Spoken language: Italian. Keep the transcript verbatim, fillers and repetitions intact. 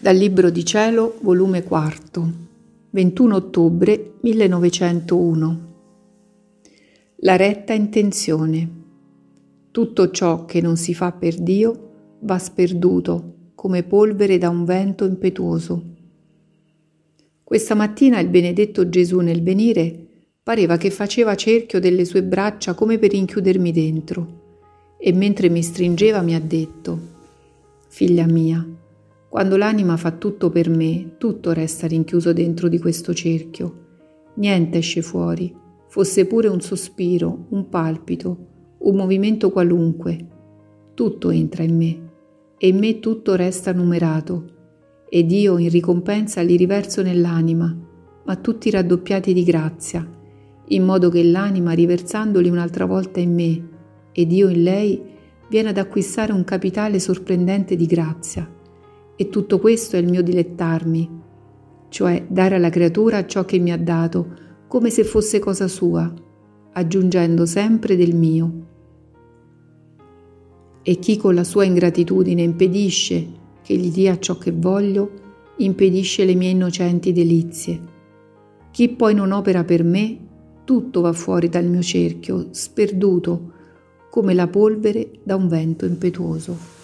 Dal Libro di Cielo, volume quarto, ventuno ottobre millenovecentouno. La retta intenzione. Tutto ciò che non si fa per Dio va sperduto come polvere da un vento impetuoso. Questa mattina il benedetto Gesù nel venire pareva che faceva cerchio delle sue braccia come per rinchiudermi dentro, e mentre mi stringeva mi ha detto: «Figlia mia, quando l'anima fa tutto per me, tutto resta rinchiuso dentro di questo cerchio. Niente esce fuori, fosse pure un sospiro, un palpito, un movimento qualunque. Tutto entra in me, e in me tutto resta numerato, ed io in ricompensa li riverso nell'anima, ma tutti raddoppiati di grazia, in modo che l'anima, riversandoli un'altra volta in me, ed io in lei, viene ad acquistare un capitale sorprendente di grazia. E tutto questo è il mio dilettarmi, cioè dare alla creatura ciò che mi ha dato, come se fosse cosa sua, aggiungendo sempre del mio. E chi con la sua ingratitudine impedisce che gli dia ciò che voglio, impedisce le mie innocenti delizie. Chi poi non opera per me, tutto va fuori dal mio cerchio, sperduto, come la polvere da un vento impetuoso».